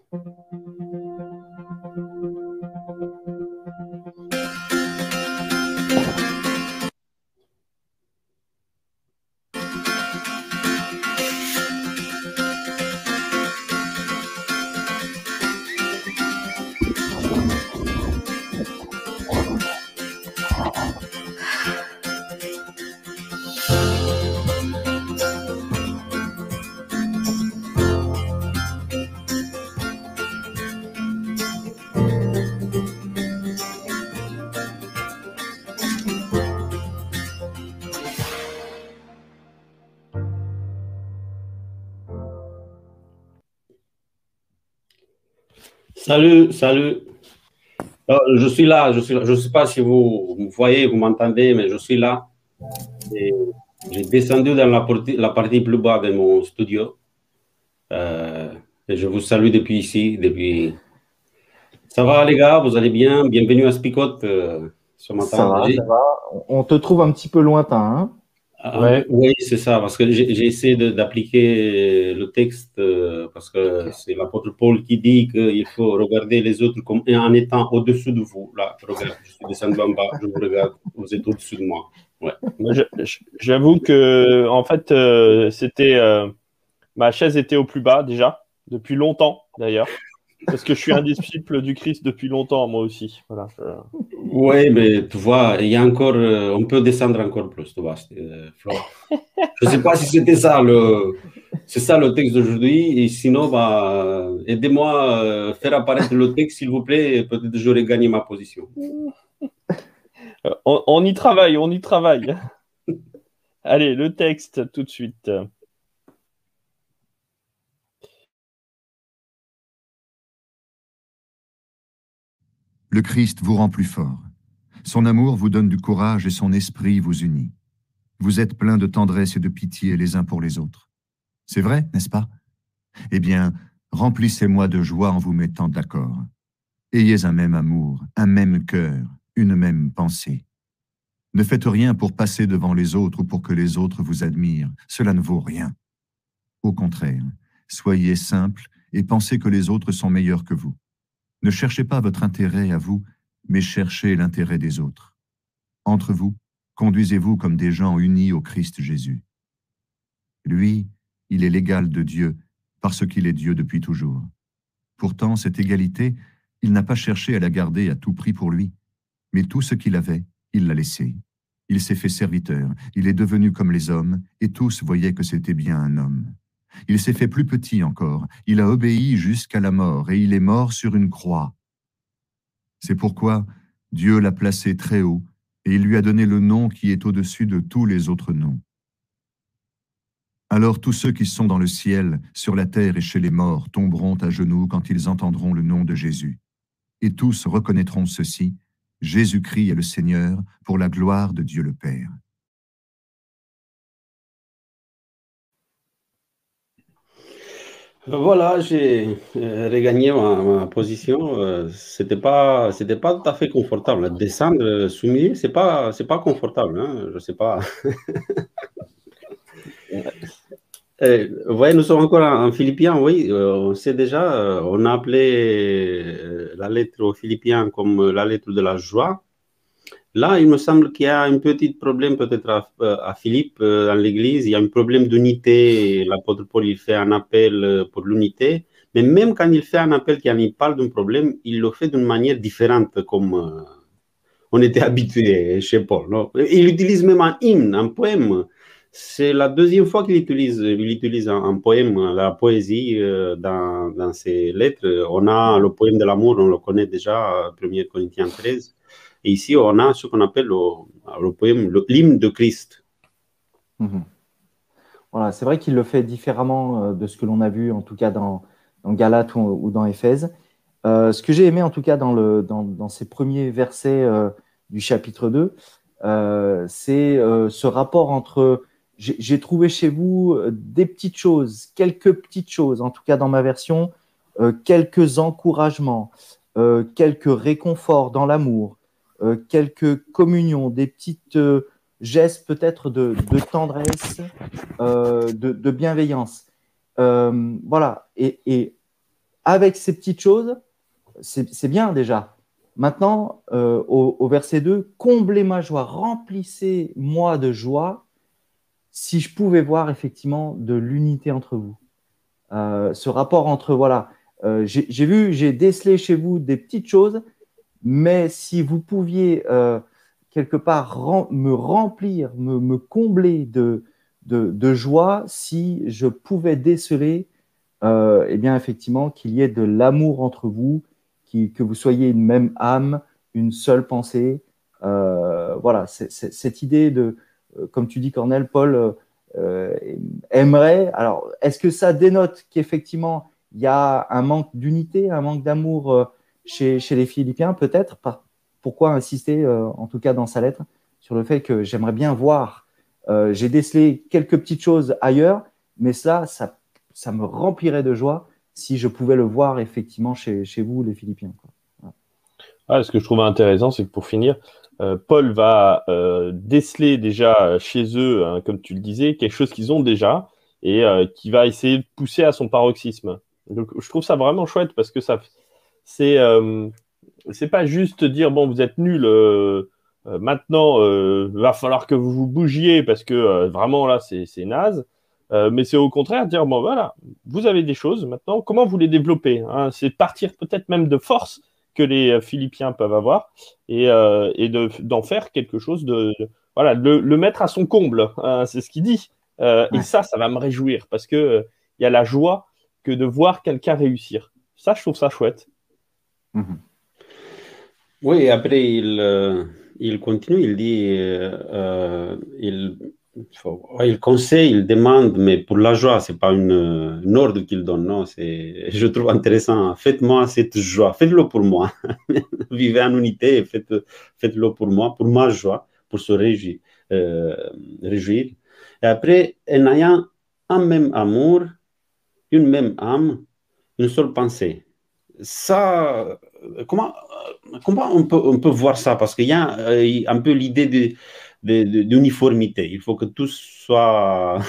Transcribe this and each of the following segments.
Salut, salut. Je suis là, je suis là. Je ne sais pas si vous me voyez, vous m'entendez, mais je suis là. Et j'ai descendu dans la partie plus bas de mon studio. Et je vous salue depuis ici, depuis... Ça va les gars, vous allez bien? Bienvenue à Spicote ce Ça matin. va, ça va. On te trouve un petit peu lointain, hein? Un peu, Ouais. oui, c'est ça, parce que j'ai essayé d'appliquer le texte, parce que c'est l'apôtre Paul qui dit qu'il faut regarder les autres comme en étant au-dessus de vous. Là, regarde, je suis descendu en bas, je vous regarde, vous êtes au-dessus de moi. Ouais. J'avoue que, en fait, ma chaise était au plus bas déjà, depuis longtemps d'ailleurs, parce que je suis un disciple du Christ depuis longtemps, moi aussi. Voilà. Oui, mais tu vois, il y a encore, on peut descendre encore plus, tu vois, Flo. Je ne sais pas si c'est ça le texte d'aujourd'hui, et sinon, bah, aidez-moi à faire apparaître le texte, s'il vous plaît, et peut-être j'aurai gagné ma position. On y travaille, on y travaille. Allez, le texte tout de suite. Le Christ vous rend plus fort. Son amour vous donne du courage et son esprit vous unit. Vous êtes pleins de tendresse et de pitié les uns pour les autres. C'est vrai, n'est-ce pas? Eh bien, remplissez-moi de joie en vous mettant d'accord. Ayez un même amour, un même cœur, une même pensée. Ne faites rien pour passer devant les autres ou pour que les autres vous admirent. Cela ne vaut rien. Au contraire, soyez simples et pensez que les autres sont meilleurs que vous. Ne cherchez pas votre intérêt à vous, mais cherchez l'intérêt des autres. Entre vous, conduisez-vous comme des gens unis au Christ Jésus. Lui, il est l'égal de Dieu, parce qu'il est Dieu depuis toujours. Pourtant, cette égalité, il n'a pas cherché à la garder à tout prix pour lui, mais tout ce qu'il avait, il l'a laissé. Il s'est fait serviteur, il est devenu comme les hommes, et tous voyaient que c'était bien un homme. Il s'est fait plus petit encore, il a obéi jusqu'à la mort, et il est mort sur une croix. C'est pourquoi Dieu l'a placé très haut, et il lui a donné le nom qui est au-dessus de tous les autres noms. Alors tous ceux qui sont dans le ciel, sur la terre et chez les morts tomberont à genoux quand ils entendront le nom de Jésus. Et tous reconnaîtront ceci, Jésus-Christ est le Seigneur, pour la gloire de Dieu le Père. Voilà, j'ai regagné ma position. C'était pas tout à fait confortable. Descendre soumis, c'est pas confortable. Hein, je sais pas. Ouais, nous sommes encore en Philippiens, oui. On sait déjà, on a appelé la lettre aux Philippiens comme la lettre de la joie. Là, il me semble qu'il y a un petit problème peut-être à Philippe dans l'Église. Il y a un problème d'unité. L'apôtre Paul, il fait un appel pour l'unité. Mais même quand il fait un appel qui en parle d'un problème, il le fait d'une manière différente, comme on était habitué chez Paul. Non? Il utilise même un hymne, un poème. C'est la deuxième fois il utilise un poème, la poésie dans ses lettres. On a le poème de l'amour, on le connaît déjà, 1 Corinthiens 13. Et ici, on a ce qu'on appelle le poème, l'hymne de Christ. Mhm. Voilà, c'est vrai qu'il le fait différemment de ce que l'on a vu, en tout cas dans Galates ou dans Éphèse. Ce que j'ai aimé, en tout cas, dans ces premiers versets du chapitre 2, c'est ce rapport entre... J'ai trouvé chez vous des petites choses, quelques petites choses, en tout cas dans ma version, quelques encouragements, quelques réconforts dans l'amour, quelques communions, des petites gestes peut-être de tendresse, de bienveillance. Voilà. Et avec ces petites choses, c'est bien déjà. Maintenant, au verset 2, comblez ma joie, remplissez-moi de joie si je pouvais voir effectivement de l'unité entre vous. Ce rapport entre, voilà, j'ai décelé chez vous des petites choses, mais si vous pouviez quelque part me remplir, me combler de joie, si je pouvais déceler, eh bien effectivement, qu'il y ait de l'amour entre vous, que vous soyez une même âme, une seule pensée. Voilà, cette idée de, comme tu dis, Cornel, Paul aimerait. Alors, est-ce que ça dénote qu'effectivement, il y a un manque d'unité, un manque d'amour chez les Philippiens, peut-être? Pourquoi insister, en tout cas dans sa lettre, sur le fait que j'aimerais bien voir, j'ai décelé quelques petites choses ailleurs, mais ça me remplirait de joie si je pouvais le voir effectivement chez vous, les Philippiens, quoi. Ah, ce que je trouve intéressant, c'est que pour finir, Paul va déceler déjà chez eux, hein, comme tu le disais, quelque chose qu'ils ont déjà et qui va essayer de pousser à son paroxysme. Donc, je trouve ça vraiment chouette parce que c'est pas juste dire bon, vous êtes nuls, maintenant, va falloir que vous vous bougiez parce que vraiment là, c'est naze. Mais c'est au contraire dire bon, voilà, vous avez des choses maintenant, comment vous les développez, hein? C'est partir peut-être même de force que les Philippiens peuvent avoir et d'en faire quelque chose voilà, le mettre à son comble, hein, c'est ce qu'il dit. Et Ouais. ça va me réjouir parce que il y a la joie que de voir quelqu'un réussir. Ça, je trouve ça chouette. Mhm. Oui, après, il continue, il dit, il conseille, il demande, mais pour la joie, c'est pas une ordre qu'il donne, non, je trouve intéressant. Faites-moi cette joie, faites-le pour moi. Vivez en unité et faites-le pour moi, pour ma joie, pour se réjouir. Et après, en ayant un même amour, une même âme, une seule pensée. Ça, comment, comment on peut voir ça? Parce qu'il y a un peu l'idée d'uniformité. Il faut que tous soient,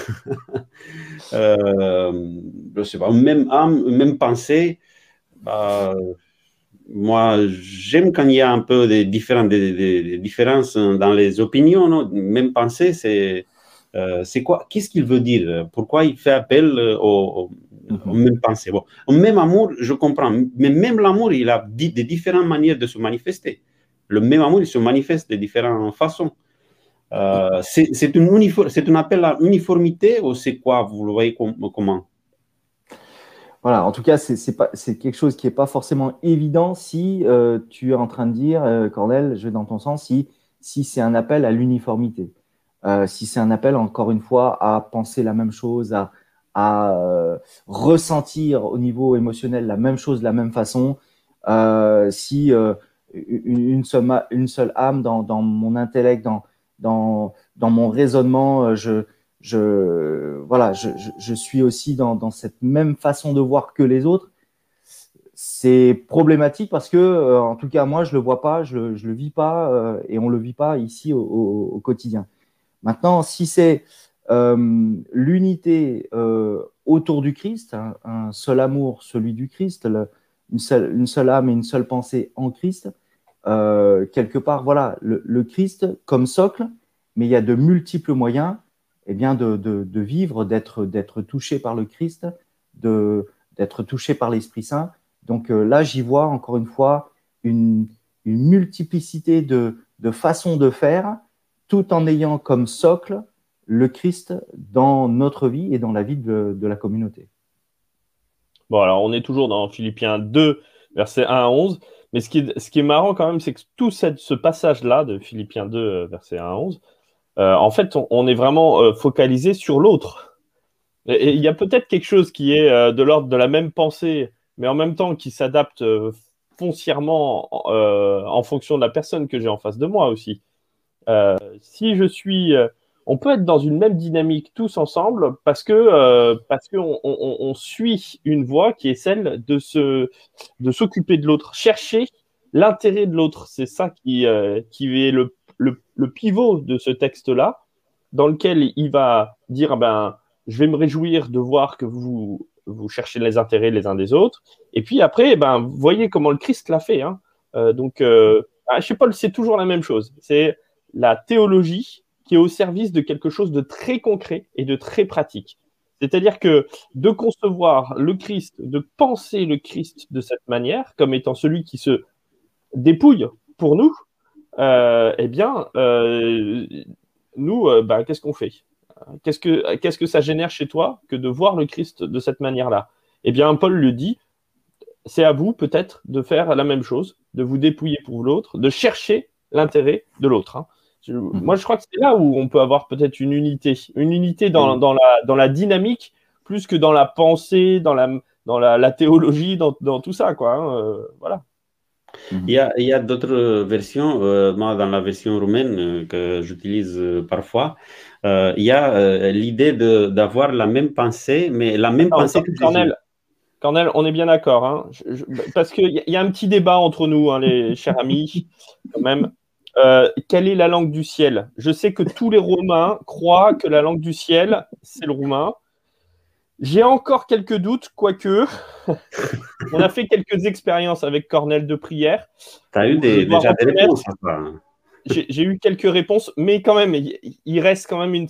je sais pas, une même âme, une même pensée. Bah, moi, j'aime quand il y a un peu des différences dans les opinions, non? Même pensée, c'est quoi? Qu'est-ce qu'il veut dire? Pourquoi il fait appel au même pensée? Bon, au même amour, je comprends. Mais même l'amour, il a des différentes manières de se manifester. Le même amour, il se manifeste de différentes façons. C'est un appel à uniformité ou c'est quoi? Vous le voyez comment? Voilà, en tout cas, c'est quelque chose qui n'est pas forcément évident si tu es en train de dire, Cornel, je vais dans ton sens, si c'est un appel à l'uniformité. Si c'est un appel, encore une fois, à penser la même chose, à ressentir au niveau émotionnel la même chose de la même façon, si une seule âme dans mon intellect, dans mon raisonnement, voilà, je suis aussi dans cette même façon de voir que les autres. C'est problématique parce que, en tout cas, moi, je le vois pas, je le vis pas, et on le vit pas ici au quotidien. Maintenant, si c'est l'unité autour du Christ, un seul amour, celui du Christ, une seule âme et une seule pensée en Christ, quelque part, voilà, le Christ comme socle, mais il y a de multiples moyens eh bien, de vivre, d'être touché par le Christ, d'être touché par l'Esprit Saint. Donc là, j'y vois encore une fois une multiplicité de façons de faire, tout en ayant comme socle le Christ dans notre vie et dans la vie de la communauté. Bon, alors on est toujours dans Philippiens 2, versets 1 à 11. Mais ce qui est marrant quand même, c'est que tout ce passage-là de Philippiens 2, versets 1 à 11, en fait, on est vraiment focalisé sur l'autre. Et il y a peut-être quelque chose qui est de l'ordre de la même pensée, mais en même temps qui s'adapte foncièrement en fonction de la personne que j'ai en face de moi aussi. Si je suis, on peut être dans une même dynamique tous ensemble parce que on suit une voie qui est celle de s'occuper de l'autre, chercher l'intérêt de l'autre. C'est ça qui est le pivot de ce texte-là, dans lequel il va dire ben je vais me réjouir de voir que vous vous cherchez les intérêts les uns des autres. Et puis après, vous voyez comment le Christ l'a fait. Hein. Chez Paul, c'est toujours la même chose. C'est la théologie qui est au service de quelque chose de très concret et de très pratique. C'est-à-dire que de concevoir le Christ, de penser le Christ de cette manière, comme étant celui qui se dépouille pour nous, nous, qu'est-ce qu'on fait? Qu'est-ce que ça génère chez toi que de voir le Christ de cette manière-là? Eh bien, Paul le dit, c'est à vous peut-être de faire la même chose, de vous dépouiller pour l'autre, de chercher l'intérêt de l'autre. Hein. Moi, je crois que c'est là où on peut avoir peut-être une unité dans la dynamique, plus que dans la pensée, dans la théologie, dans tout ça, quoi. Hein, voilà. Il y a d'autres versions. Moi, dans la version roumaine que j'utilise parfois, il y a l'idée d'avoir la même pensée, mais la même pensée que Jésus. Cornel, on est bien d'accord. Hein. Parce qu'il y a un petit débat entre nous, hein, les chers amis, quand même. Quelle est la langue du ciel? Je sais que tous les Romains croient que la langue du ciel, c'est le roumain. J'ai encore quelques doutes, quoique on a fait quelques expériences avec Cornel de prière. Tu as eu déjà des réponses à ça. J'ai eu quelques réponses, mais quand même, il reste quand même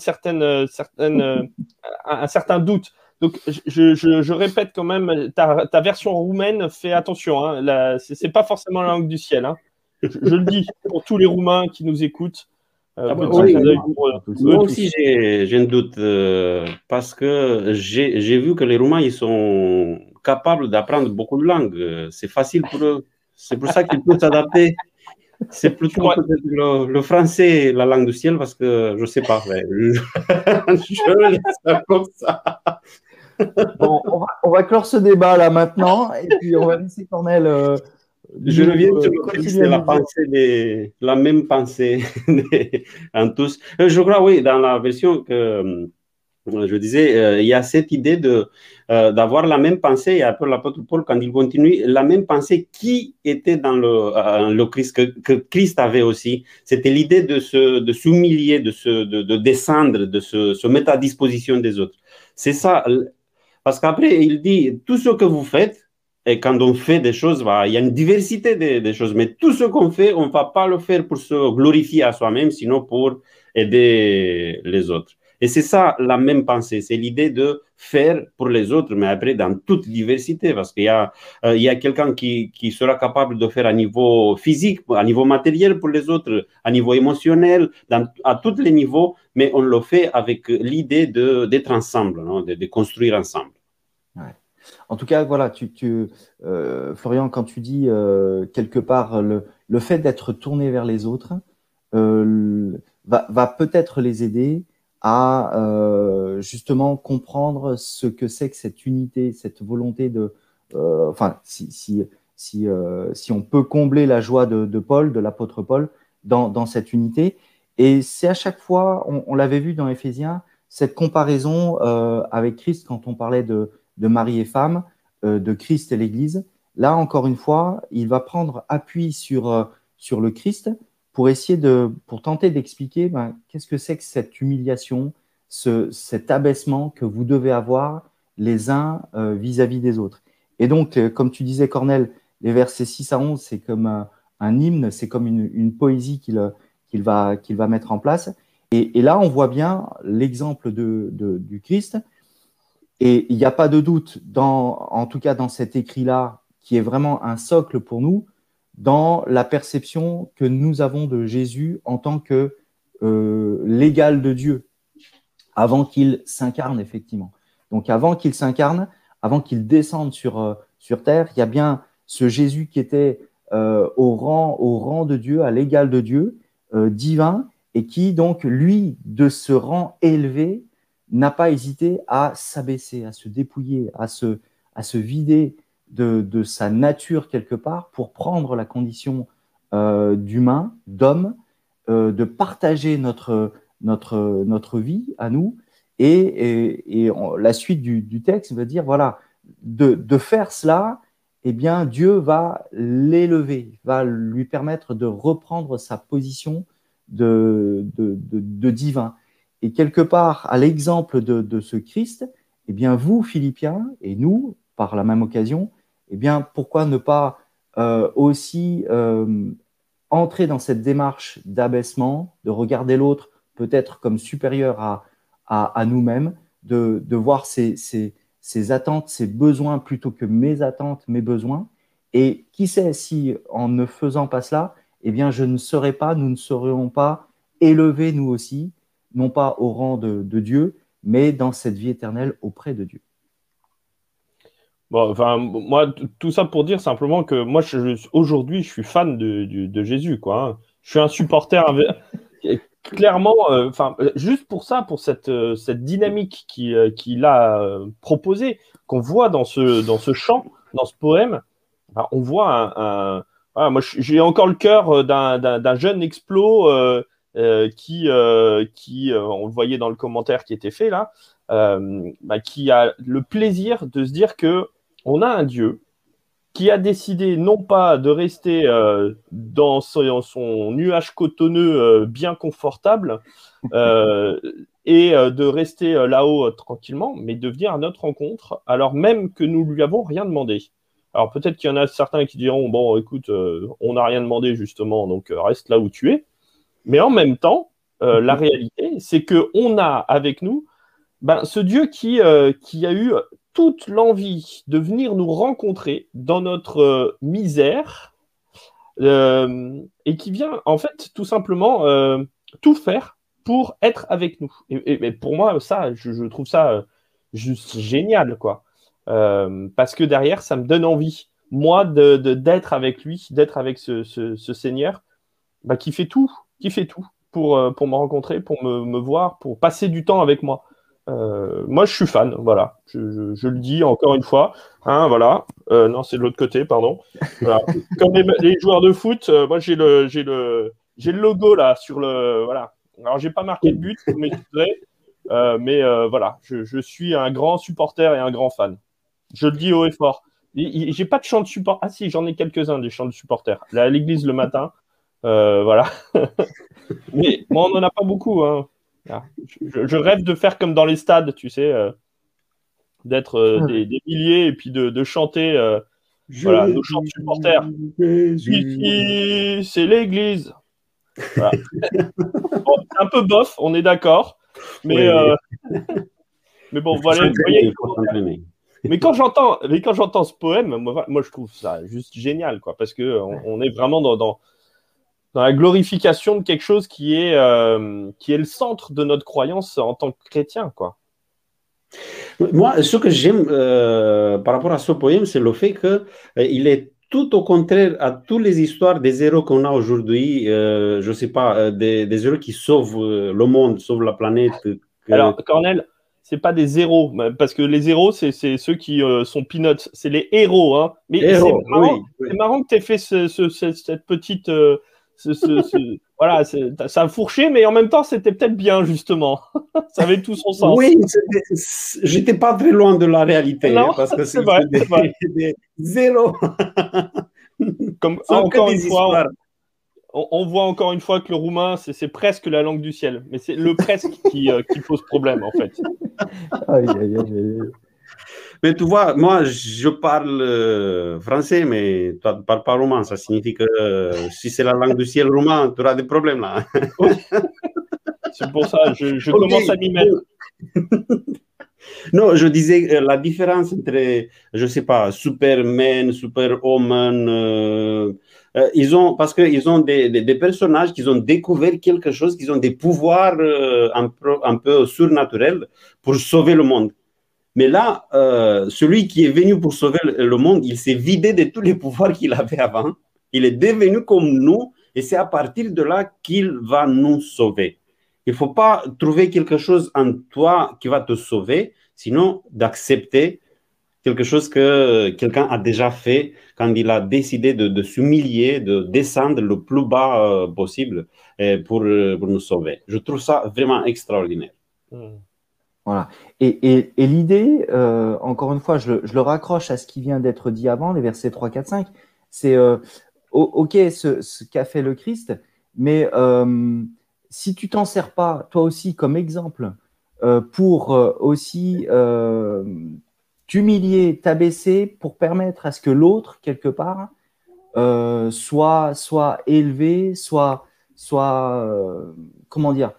un certain doute. Donc, je répète quand même, ta version roumaine, fais attention. Hein, c'est pas forcément la langue du ciel. Hein. Je le dis pour tous les Roumains qui nous écoutent. Moi aussi, j'ai un doute parce que j'ai vu que les Roumains, ils sont capables d'apprendre beaucoup de langues. C'est facile pour eux. C'est pour ça qu'ils peuvent s'adapter. C'est plutôt peut-être le français, la langue du ciel, parce que je ne sais pas. Je le laisse comme ça. Bon, on va clore ce débat là maintenant, et puis on va laisser Cornel. Je reviens sur le Christ et la même pensée en tous. Je crois, oui, dans la version que je disais, il y a cette idée d'avoir la même pensée. Et après l'apôtre Paul, quand il continue, la même pensée qui était dans le Christ, que Christ avait aussi. C'était l'idée de s'humilier, de descendre, de se mettre à disposition des autres. C'est ça. Parce qu'après, il dit, tout ce que vous faites, et quand on fait des choses, il y a une diversité des choses, mais tout ce qu'on fait, on ne va pas le faire pour se glorifier à soi-même, sinon pour aider les autres. Et c'est ça la même pensée, c'est l'idée de faire pour les autres, mais après dans toute diversité, parce qu'il y a quelqu'un qui sera capable de faire à niveau physique, à niveau matériel pour les autres, à niveau émotionnel, à tous les niveaux, mais on le fait avec l'idée d'être ensemble, non? De construire ensemble. Ouais. En tout cas, voilà, Florian, quand tu dis quelque part le fait d'être tourné vers les autres va peut-être les aider à justement comprendre ce que c'est que cette unité, cette volonté de, si on peut combler la joie de Paul, de l'apôtre Paul, dans cette unité. Et c'est à chaque fois, on l'avait vu dans Éphésiens, cette comparaison avec Christ quand on parlait de Marie et femme, de Christ et l'Église. Là, encore une fois, il va prendre appui sur le Christ pour tenter d'expliquer qu'est-ce que c'est que cette humiliation, cet abaissement que vous devez avoir les uns vis-à-vis des autres. Et donc, comme tu disais, Cornel, les versets 6 à 11, c'est comme un hymne, c'est comme une poésie qu'il va mettre en place. Et là, on voit bien l'exemple du Christ. Et il n'y a pas de doute, en tout cas dans cet écrit-là, qui est vraiment un socle pour nous, dans la perception que nous avons de Jésus en tant que l'égal de Dieu, avant qu'il s'incarne effectivement. Donc avant qu'il s'incarne, avant qu'il descende sur terre, il y a bien ce Jésus qui était au rang de Dieu, à l'égal de Dieu, divin, et qui donc, lui, de ce rang élevé, n'a pas hésité à s'abaisser, à se dépouiller, à se vider de sa nature quelque part pour prendre la condition d'humain, d'homme, de partager notre vie à nous. Et la suite du texte va dire, voilà, de faire cela, eh bien, Dieu va l'élever, va lui permettre de reprendre sa position de divin. Et quelque part, à l'exemple de ce Christ, eh bien, vous, Philippiens, et nous, par la même occasion, eh bien, pourquoi ne pas aussi entrer dans cette démarche d'abaissement, de regarder l'autre peut-être comme supérieur à nous-mêmes, de voir ses attentes, ses besoins plutôt que mes attentes, mes besoins. Et qui sait si en ne faisant pas cela, eh bien, je ne serais pas, nous ne serions pas élevés nous aussi, non pas au rang de Dieu, mais dans cette vie éternelle auprès de Dieu. Bon, enfin, moi, tout ça pour dire simplement que moi, aujourd'hui, je suis fan de Jésus, quoi. Hein. Je suis un supporter clairement, enfin, juste pour ça, pour cette dynamique qu'il a proposée, qu'on voit dans ce chant, dans ce poème, ben, on voit voilà, moi, j'ai encore le cœur d'un jeune explos qui on le voyait dans le commentaire qui était fait là, bah, qui a le plaisir de se dire que on a un Dieu qui a décidé non pas de rester dans son nuage cotonneux bien confortable et de rester là-haut tranquillement, mais de venir à notre rencontre alors même que nous lui avons rien demandé. Alors peut-être qu'il y en a certains qui diront, bon écoute, on n'a rien demandé justement, donc reste là où tu es. Mais en même temps, la réalité, c'est qu'on a avec nous ce Dieu qui a eu toute l'envie de venir nous rencontrer dans notre misère et qui vient en fait tout simplement tout faire pour être avec nous. Et pour moi, ça, je trouve ça juste génial, quoi. Parce que derrière, ça me donne envie, moi, d'être avec lui, d'être avec ce Seigneur qui fait tout pour me rencontrer, pour me voir, pour passer du temps avec moi. Moi, je suis fan, voilà. Je le dis encore une fois. Hein, voilà. Non, c'est de l'autre côté, pardon. Voilà. Comme les joueurs de foot, moi, j'ai le logo là sur le. Voilà. Alors, j'ai pas marqué de but, mais voilà. Je suis un grand supporter et un grand fan. Je le dis haut et fort. J'ai pas de chant de support. Ah si, j'en ai quelques-uns des chants de supporters. Là, à l'église le matin. Voilà. Mais moi, on n'en a pas beaucoup. Hein. Je rêve de faire comme dans les stades, tu sais, d'être des milliers et puis de chanter voilà, nos chants de supporters. Ici, c'est l'église. Voilà. Bon, c'est un peu bof, on est d'accord. Mais, mais bon, voilà. Mais quand j'entends ce poème, moi, je trouve ça juste génial, quoi, parce qu'on est vraiment dans la glorification de quelque chose qui est le centre de notre croyance en tant que chrétien, quoi. Moi, ce que j'aime par rapport à ce poème, c'est le fait qu'il est tout au contraire à toutes les histoires des héros qu'on a aujourd'hui, je ne sais pas, des héros qui sauvent le monde, sauvent la planète. Alors, Cornel, c'est pas des héros, parce que les héros, c'est ceux qui sont peanuts, c'est les héros. Hein. Mais héros, c'est marrant que tu aies fait cette petite... voilà, ça a fourché, mais en même temps, c'était peut-être bien, justement. Ça avait tout son sens. Oui, j'étais pas très loin de la réalité. Non, parce que c'est vrai. Des zéros. Comme encore une fois, on voit encore une fois que le roumain, c'est presque la langue du ciel. Mais c'est le presque qui pose problème, en fait. Aïe, aïe, aïe. Mais tu vois, moi, je parle français, mais toi, tu ne parles pas roumain. Ça signifie que si c'est la langue du ciel roumain, tu auras des problèmes là. Oui. C'est pour ça, je commence à m'y mettre. Non, je disais la différence entre, je ne sais pas, Superman, Superwoman, parce qu'ils ont des personnages qui ont découvert quelque chose, qui ont des pouvoirs un peu surnaturels pour sauver le monde. Mais là, celui qui est venu pour sauver le monde, il s'est vidé de tous les pouvoirs qu'il avait avant. Il est devenu comme nous et c'est à partir de là qu'il va nous sauver. Il ne faut pas trouver quelque chose en toi qui va te sauver, sinon d'accepter quelque chose que quelqu'un a déjà fait quand il a décidé de s'humilier, de descendre le plus bas possible pour nous sauver. Je trouve ça vraiment extraordinaire. Voilà. Et l'idée, encore une fois, je le raccroche à ce qui vient d'être dit avant, les versets 3, 4, 5, c'est OK, ce qu'a fait le Christ, mais si tu t'en sers pas, toi aussi, comme exemple, pour aussi t'humilier, t'abaisser pour permettre à ce que l'autre, quelque part, soit élevé, comment dire,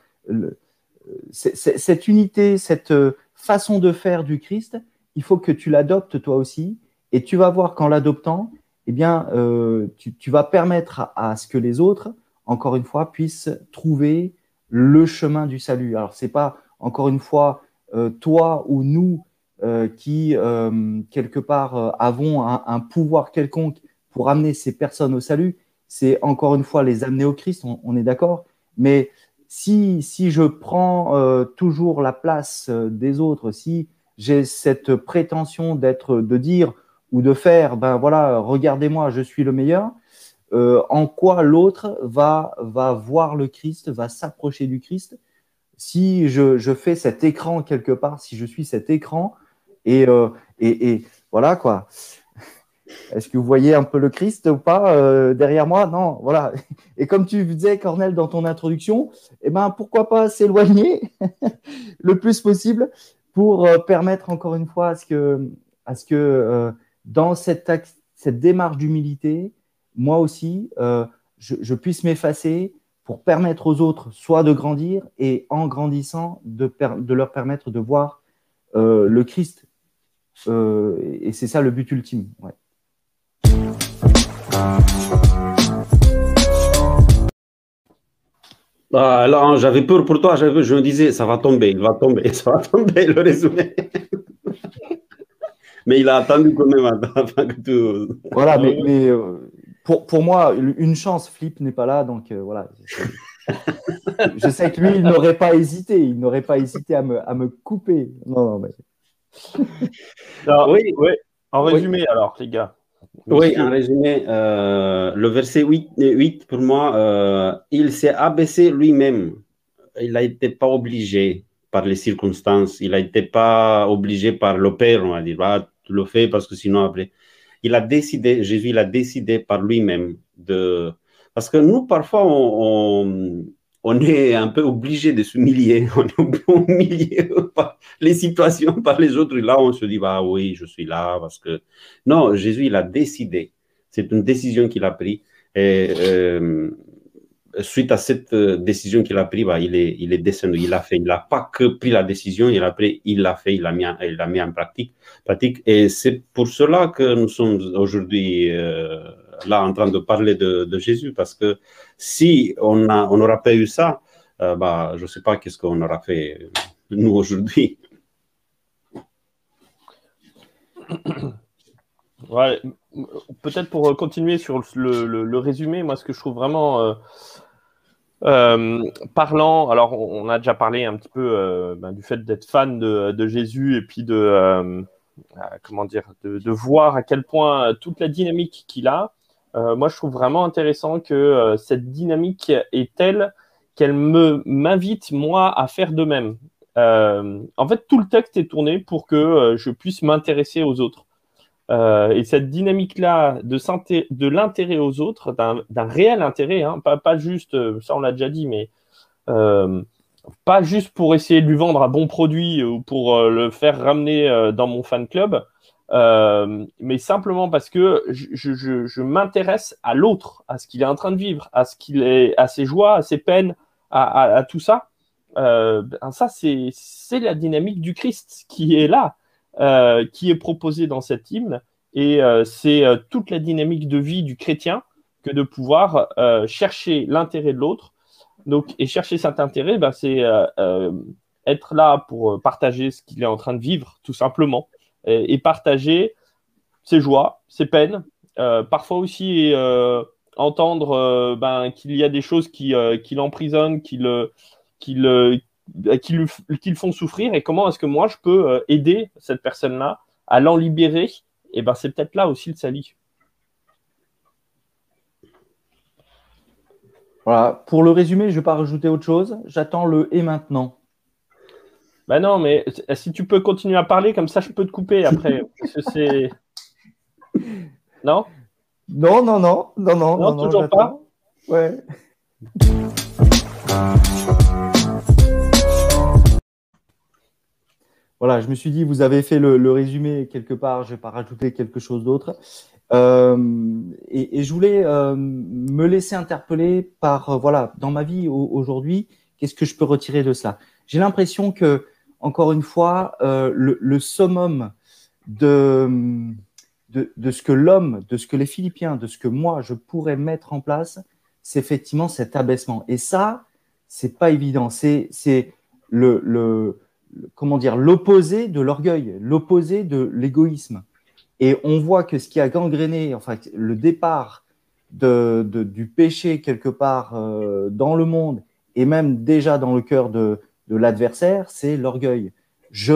cette unité, cette façon de faire du Christ, il faut que tu l'adoptes toi aussi, et tu vas voir qu'en l'adoptant, eh bien, tu vas permettre à ce que les autres, encore une fois, puissent trouver le chemin du salut. Alors, c'est pas, encore une fois, toi ou nous qui, quelque part, avons un pouvoir quelconque pour amener ces personnes au salut, c'est encore une fois les amener au Christ, on est d'accord. Mais si je prends toujours la place des autres, si j'ai cette prétention de dire ou de faire, ben voilà, regardez-moi, je suis le meilleur, en quoi l'autre va voir le Christ, va s'approcher du Christ, si je fais cet écran quelque part, si je suis cet écran, et voilà quoi. Est-ce que vous voyez un peu le Christ ou pas derrière moi? Non, voilà. Et comme tu disais, Cornel, dans ton introduction, eh ben, pourquoi pas s'éloigner le plus possible pour permettre encore une fois à ce que dans cette démarche d'humilité, moi aussi, je puisse m'effacer pour permettre aux autres soit de grandir et en grandissant, de leur permettre de voir le Christ. Et c'est ça le but ultime. Ouais. Alors, j'avais peur pour toi, je me disais, ça va tomber, il va tomber, ça va tomber le résumé. Mais il a attendu quand même avant que tu... Voilà, mais pour moi, une chance, Flip n'est pas là, donc voilà. Je sais que lui, il n'aurait pas hésité à me couper. Non, mais... Alors, oui. En résumé, alors, les gars. Oui, en résumé, le verset 8 pour moi, il s'est abaissé lui-même. Il n'a pas obligé par les circonstances. Il n'a été pas obligé par le Père, on va dire. Ah, tu le fais parce que sinon après. Jésus, il a décidé par lui-même de. Parce que nous, parfois, on est un peu obligé de s'humilier. On est humilié par les situations, par les autres. Et là, on se dit, bah oui, je suis là parce que. Non, Jésus, il a décidé. C'est une décision qu'il a prise. Et suite à cette décision qu'il a prise, bah, il est descendu. Il n'a pas que pris la décision, il l'a fait, il l'a mis en pratique. Et c'est pour cela que nous sommes aujourd'hui là en train de parler de Jésus, parce que si on n'aura pas eu ça, bah, je ne sais pas qu'est-ce qu'on aura fait nous aujourd'hui. Ouais, peut-être pour continuer sur le résumé, moi ce que je trouve vraiment parlant, alors on a déjà parlé un petit peu du fait d'être fan de Jésus et puis comment dire, de voir à quel point toute la dynamique qu'il a. Moi, je trouve vraiment intéressant que cette dynamique est telle qu'elle m'invite, moi, à faire de même. En fait, tout le texte est tourné pour que je puisse m'intéresser aux autres. Et cette dynamique-là de l'intérêt aux autres, d'un réel intérêt, hein, pas juste, ça on l'a déjà dit, mais pas juste pour essayer de lui vendre un bon produit ou pour le faire ramener dans mon fan club, mais simplement parce que je m'intéresse à l'autre, à ce qu'il est en train de vivre, à ses joies, à ses peines, à tout ça. Ça, c'est la dynamique du Christ qui est là, qui est proposée dans cet hymne, et c'est toute la dynamique de vie du chrétien que de pouvoir chercher l'intérêt de l'autre. Donc, et chercher cet intérêt, c'est être là pour partager ce qu'il est en train de vivre, tout simplement, et partager ses joies, ses peines, parfois aussi entendre qu'il y a des choses qui l'emprisonnent, qui le font souffrir, et comment est-ce que moi je peux aider cette personne-là à l'en libérer. Et c'est peut-être là aussi le salut. Voilà, pour le résumé, je ne vais pas rajouter autre chose. J'attends le « et maintenant ». Non, mais si tu peux continuer à parler, comme ça je peux te couper après. Parce que c'est... Non ? Non, toujours pas ? Ouais. voilà, je me suis dit, vous avez fait le résumé quelque part, je ne vais pas rajouter quelque chose d'autre. Et je voulais me laisser interpeller par, voilà, dans ma vie aujourd'hui, qu'est-ce que je peux retirer de ça? J'ai l'impression que, encore une fois, le summum de ce que l'homme, de ce que les Philippiens, de ce que moi, je pourrais mettre en place, c'est effectivement cet abaissement. Et ça, c'est pas évident. C'est comment dire, l'opposé de l'orgueil, l'opposé de l'égoïsme. Et on voit que ce qui a gangréné, enfin, le départ du péché quelque part dans le monde et même déjà dans le cœur de l'adversaire, c'est l'orgueil. Je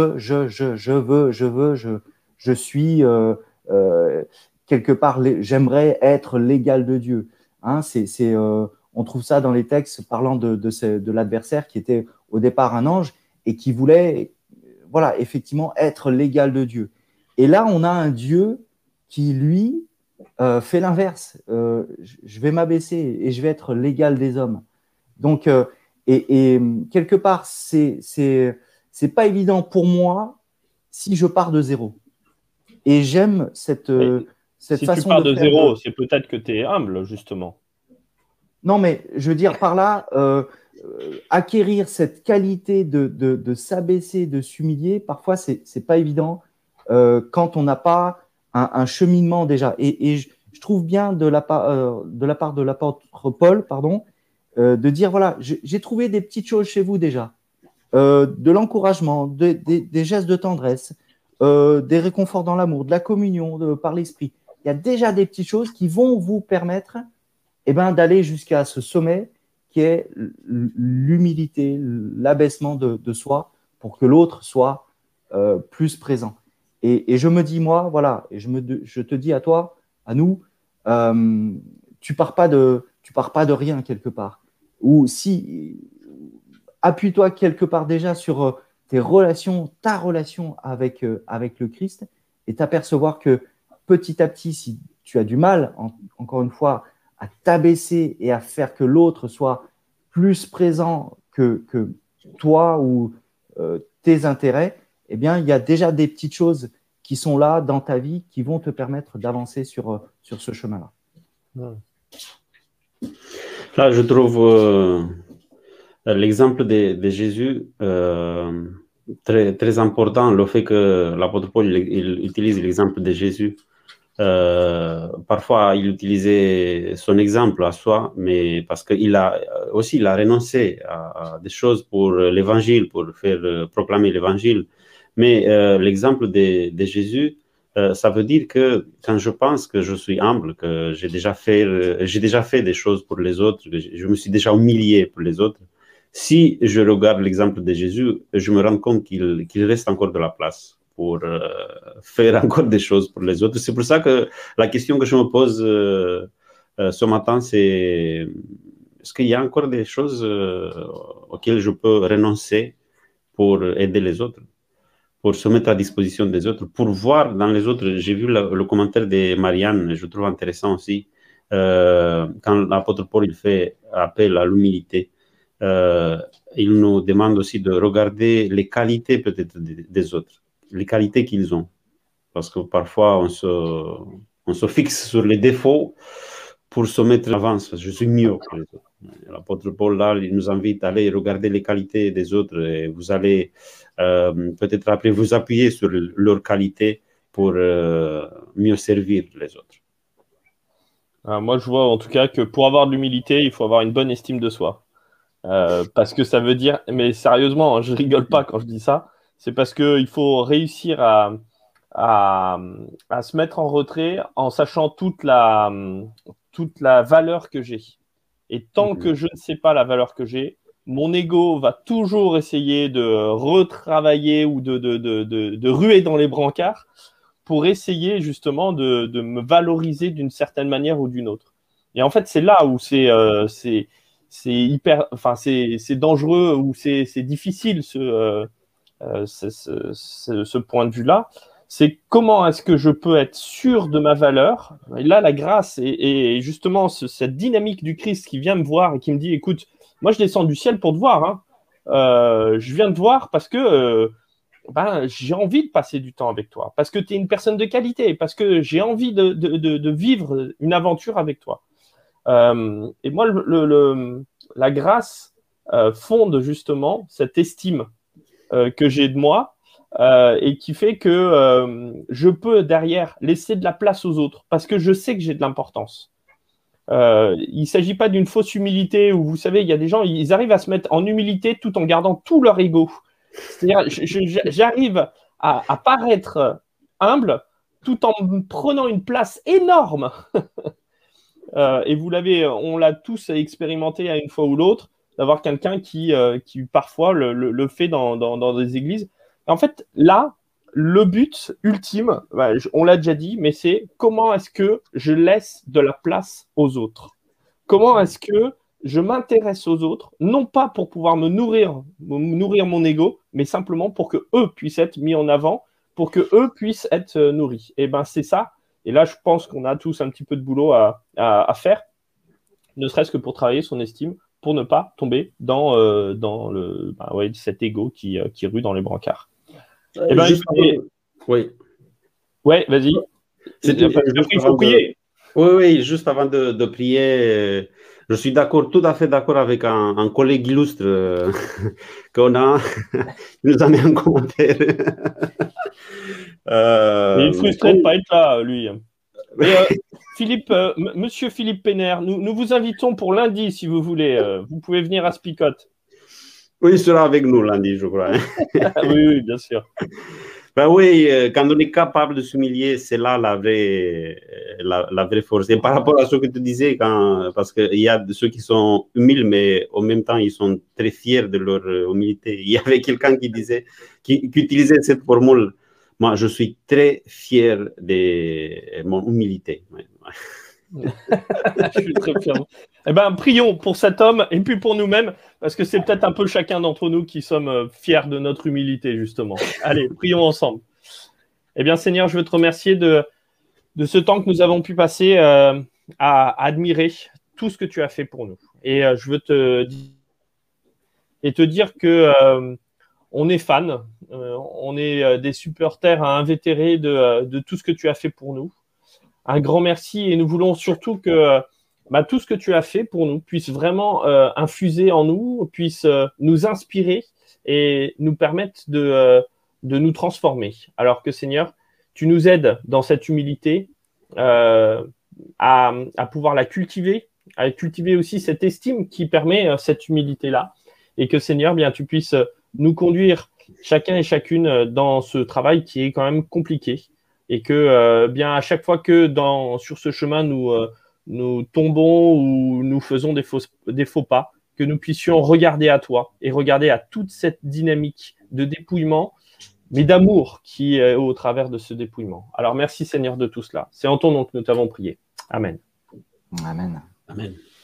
veux, je suis quelque part, j'aimerais être l'égal de Dieu. Hein, on trouve ça dans les textes parlant de l'adversaire qui était au départ un ange et qui voulait, voilà, effectivement être l'égal de Dieu. Et là, on a un Dieu qui, lui, fait l'inverse. Je vais m'abaisser et je vais être l'égal des hommes. Donc, et quelque part, c'est pas évident pour moi si je pars de zéro. Et j'aime cette façon si tu pars de zéro, c'est peut-être que tu es humble, justement. Non, mais je veux dire par là, acquérir cette qualité de s'abaisser, de s'humilier, parfois, c'est pas évident quand on n'a pas un cheminement déjà. Et je trouve bien de la part de l'apôtre Paul, pardon, de dire, voilà, j'ai trouvé des petites choses chez vous déjà, de l'encouragement, des gestes de tendresse, des réconforts dans l'amour, de la communion par l'esprit. Il y a déjà des petites choses qui vont vous permettre d'aller jusqu'à ce sommet qui est l'humilité, l'abaissement de soi pour que l'autre soit plus présent. Et je me dis, moi, voilà, et je te dis à toi, à nous, tu pars pas de rien quelque part. Ou si, appuie-toi quelque part déjà sur tes relations, ta relation avec le Christ et t'apercevoir que petit à petit, si tu as du mal, encore une fois, à t'abaisser et à faire que l'autre soit plus présent que toi ou tes intérêts, eh bien, il y a déjà des petites choses qui sont là dans ta vie qui vont te permettre d'avancer sur ce chemin-là. Là, je trouve l'exemple de Jésus très, très important, le fait que l'apôtre Paul il utilise l'exemple de Jésus. Parfois, il utilisait son exemple à soi, mais parce qu'il a renoncé à des choses pour l'évangile, pour faire proclamer l'évangile. Mais l'exemple de Jésus, ça veut dire que quand je pense que je suis humble, que j'ai déjà fait des choses pour les autres, que je me suis déjà humilié pour les autres, si je regarde l'exemple de Jésus, je me rends compte qu'il reste encore de la place pour faire encore des choses pour les autres. C'est pour ça que la question que je me pose ce matin, c'est est-ce qu'il y a encore des choses auxquelles je peux renoncer pour aider les autres, pour se mettre à disposition des autres, pour voir dans les autres. J'ai vu le commentaire de Marianne, je trouve intéressant aussi, quand l'apôtre Paul il fait appel à l'humilité. Il nous demande aussi de regarder les qualités peut-être des autres, les qualités qu'ils ont. Parce que parfois, on se fixe sur les défauts pour se mettre en avance. Je suis mieux que les autres. L'apôtre Paul, là, il nous invite à aller regarder les qualités des autres et vous allez peut-être après vous appuyer sur leurs qualités pour mieux servir les autres. Moi, je vois en tout cas que pour avoir de l'humilité, il faut avoir une bonne estime de soi. Parce que ça veut dire, mais sérieusement, je rigole pas quand je dis ça, c'est parce qu'il faut réussir à se mettre en retrait en sachant toute la valeur que j'ai. Et tant que je ne sais pas la valeur que j'ai, mon ego va toujours essayer de retravailler ou de ruer dans les brancards pour essayer justement de me valoriser d'une certaine manière ou d'une autre. Et en fait, c'est là où c'est dangereux ou c'est difficile ce point de vue-là. C'est comment est-ce que je peux être sûr de ma valeur. Et là, la grâce et justement cette dynamique du Christ qui vient me voir et qui me dit, écoute, moi je descends du ciel pour te voir. Je viens te voir parce que j'ai envie de passer du temps avec toi, parce que tu es une personne de qualité, parce que j'ai envie de vivre une aventure avec toi. Et moi, la grâce fonde justement cette estime que j'ai de moi et qui fait que je peux derrière laisser de la place aux autres parce que je sais que j'ai de l'importance. Il ne s'agit pas d'une fausse humilité où, vous savez, il y a des gens, ils arrivent à se mettre en humilité tout en gardant tout leur ego. C'est-à-dire, j'arrive à paraître humble tout en prenant une place énorme. Et on l'a tous expérimenté à une fois ou l'autre, d'avoir quelqu'un qui parfois le fait dans des églises. Et en fait, là, le but ultime, on l'a déjà dit, mais c'est comment est-ce que je laisse de la place aux autres? Comment est-ce que je m'intéresse aux autres, non pas pour pouvoir me nourrir mon ego, mais simplement pour que eux puissent être mis en avant, pour que eux puissent être nourris. Et ben c'est ça. Et là, je pense qu'on a tous un petit peu de boulot à faire, ne serait-ce que pour travailler son estime, pour ne pas tomber dans cet ego qui rue dans les brancards. Oui. Ouais, vas-y. Il faut prier. Oui, juste avant de prier, je suis tout à fait d'accord avec un collègue illustre qu'on a, il nous a mis un commentaire. Il est frustré de ne pas être là, lui. Philippe, Monsieur Philippe Pénère, nous vous invitons pour lundi, si vous voulez. Vous pouvez venir à Spicote. Oui, il sera avec nous lundi, je crois. Oui, bien sûr. Ben oui, quand on est capable de s'humilier, c'est là la vraie force. Et par rapport à ce que tu disais, parce qu'il y a ceux qui sont humiles, mais en même temps, ils sont très fiers de leur humilité. Il y avait quelqu'un qui utilisait cette formule. Moi, je suis très fier de mon humilité. Je suis très fier. Eh bien, prions pour cet homme et puis pour nous-mêmes, parce que c'est peut-être un peu chacun d'entre nous qui sommes fiers de notre humilité, justement. Allez, prions ensemble. Eh bien, Seigneur, je veux te remercier de ce temps que nous avons pu passer à admirer tout ce que tu as fait pour nous. Et je veux te dire que on est fans, on est des supporters invétérés de tout ce que tu as fait pour nous. Un grand merci et nous voulons surtout que tout ce que tu as fait pour nous puisse vraiment infuser en nous, puisse nous inspirer et nous permettre de nous transformer. Alors que Seigneur, tu nous aides dans cette humilité à pouvoir la cultiver, à cultiver aussi cette estime qui permet cette humilité-là. Et que Seigneur, bien, tu puisses nous conduire chacun et chacune dans ce travail qui est quand même compliqué. Et que bien à chaque fois que sur ce chemin nous tombons ou nous faisons des faux pas, que nous puissions regarder à toi et regarder à toute cette dynamique de dépouillement, mais d'amour qui est au travers de ce dépouillement. Alors merci Seigneur de tout cela. C'est en ton nom que nous t'avons prié. Amen. Amen. Amen.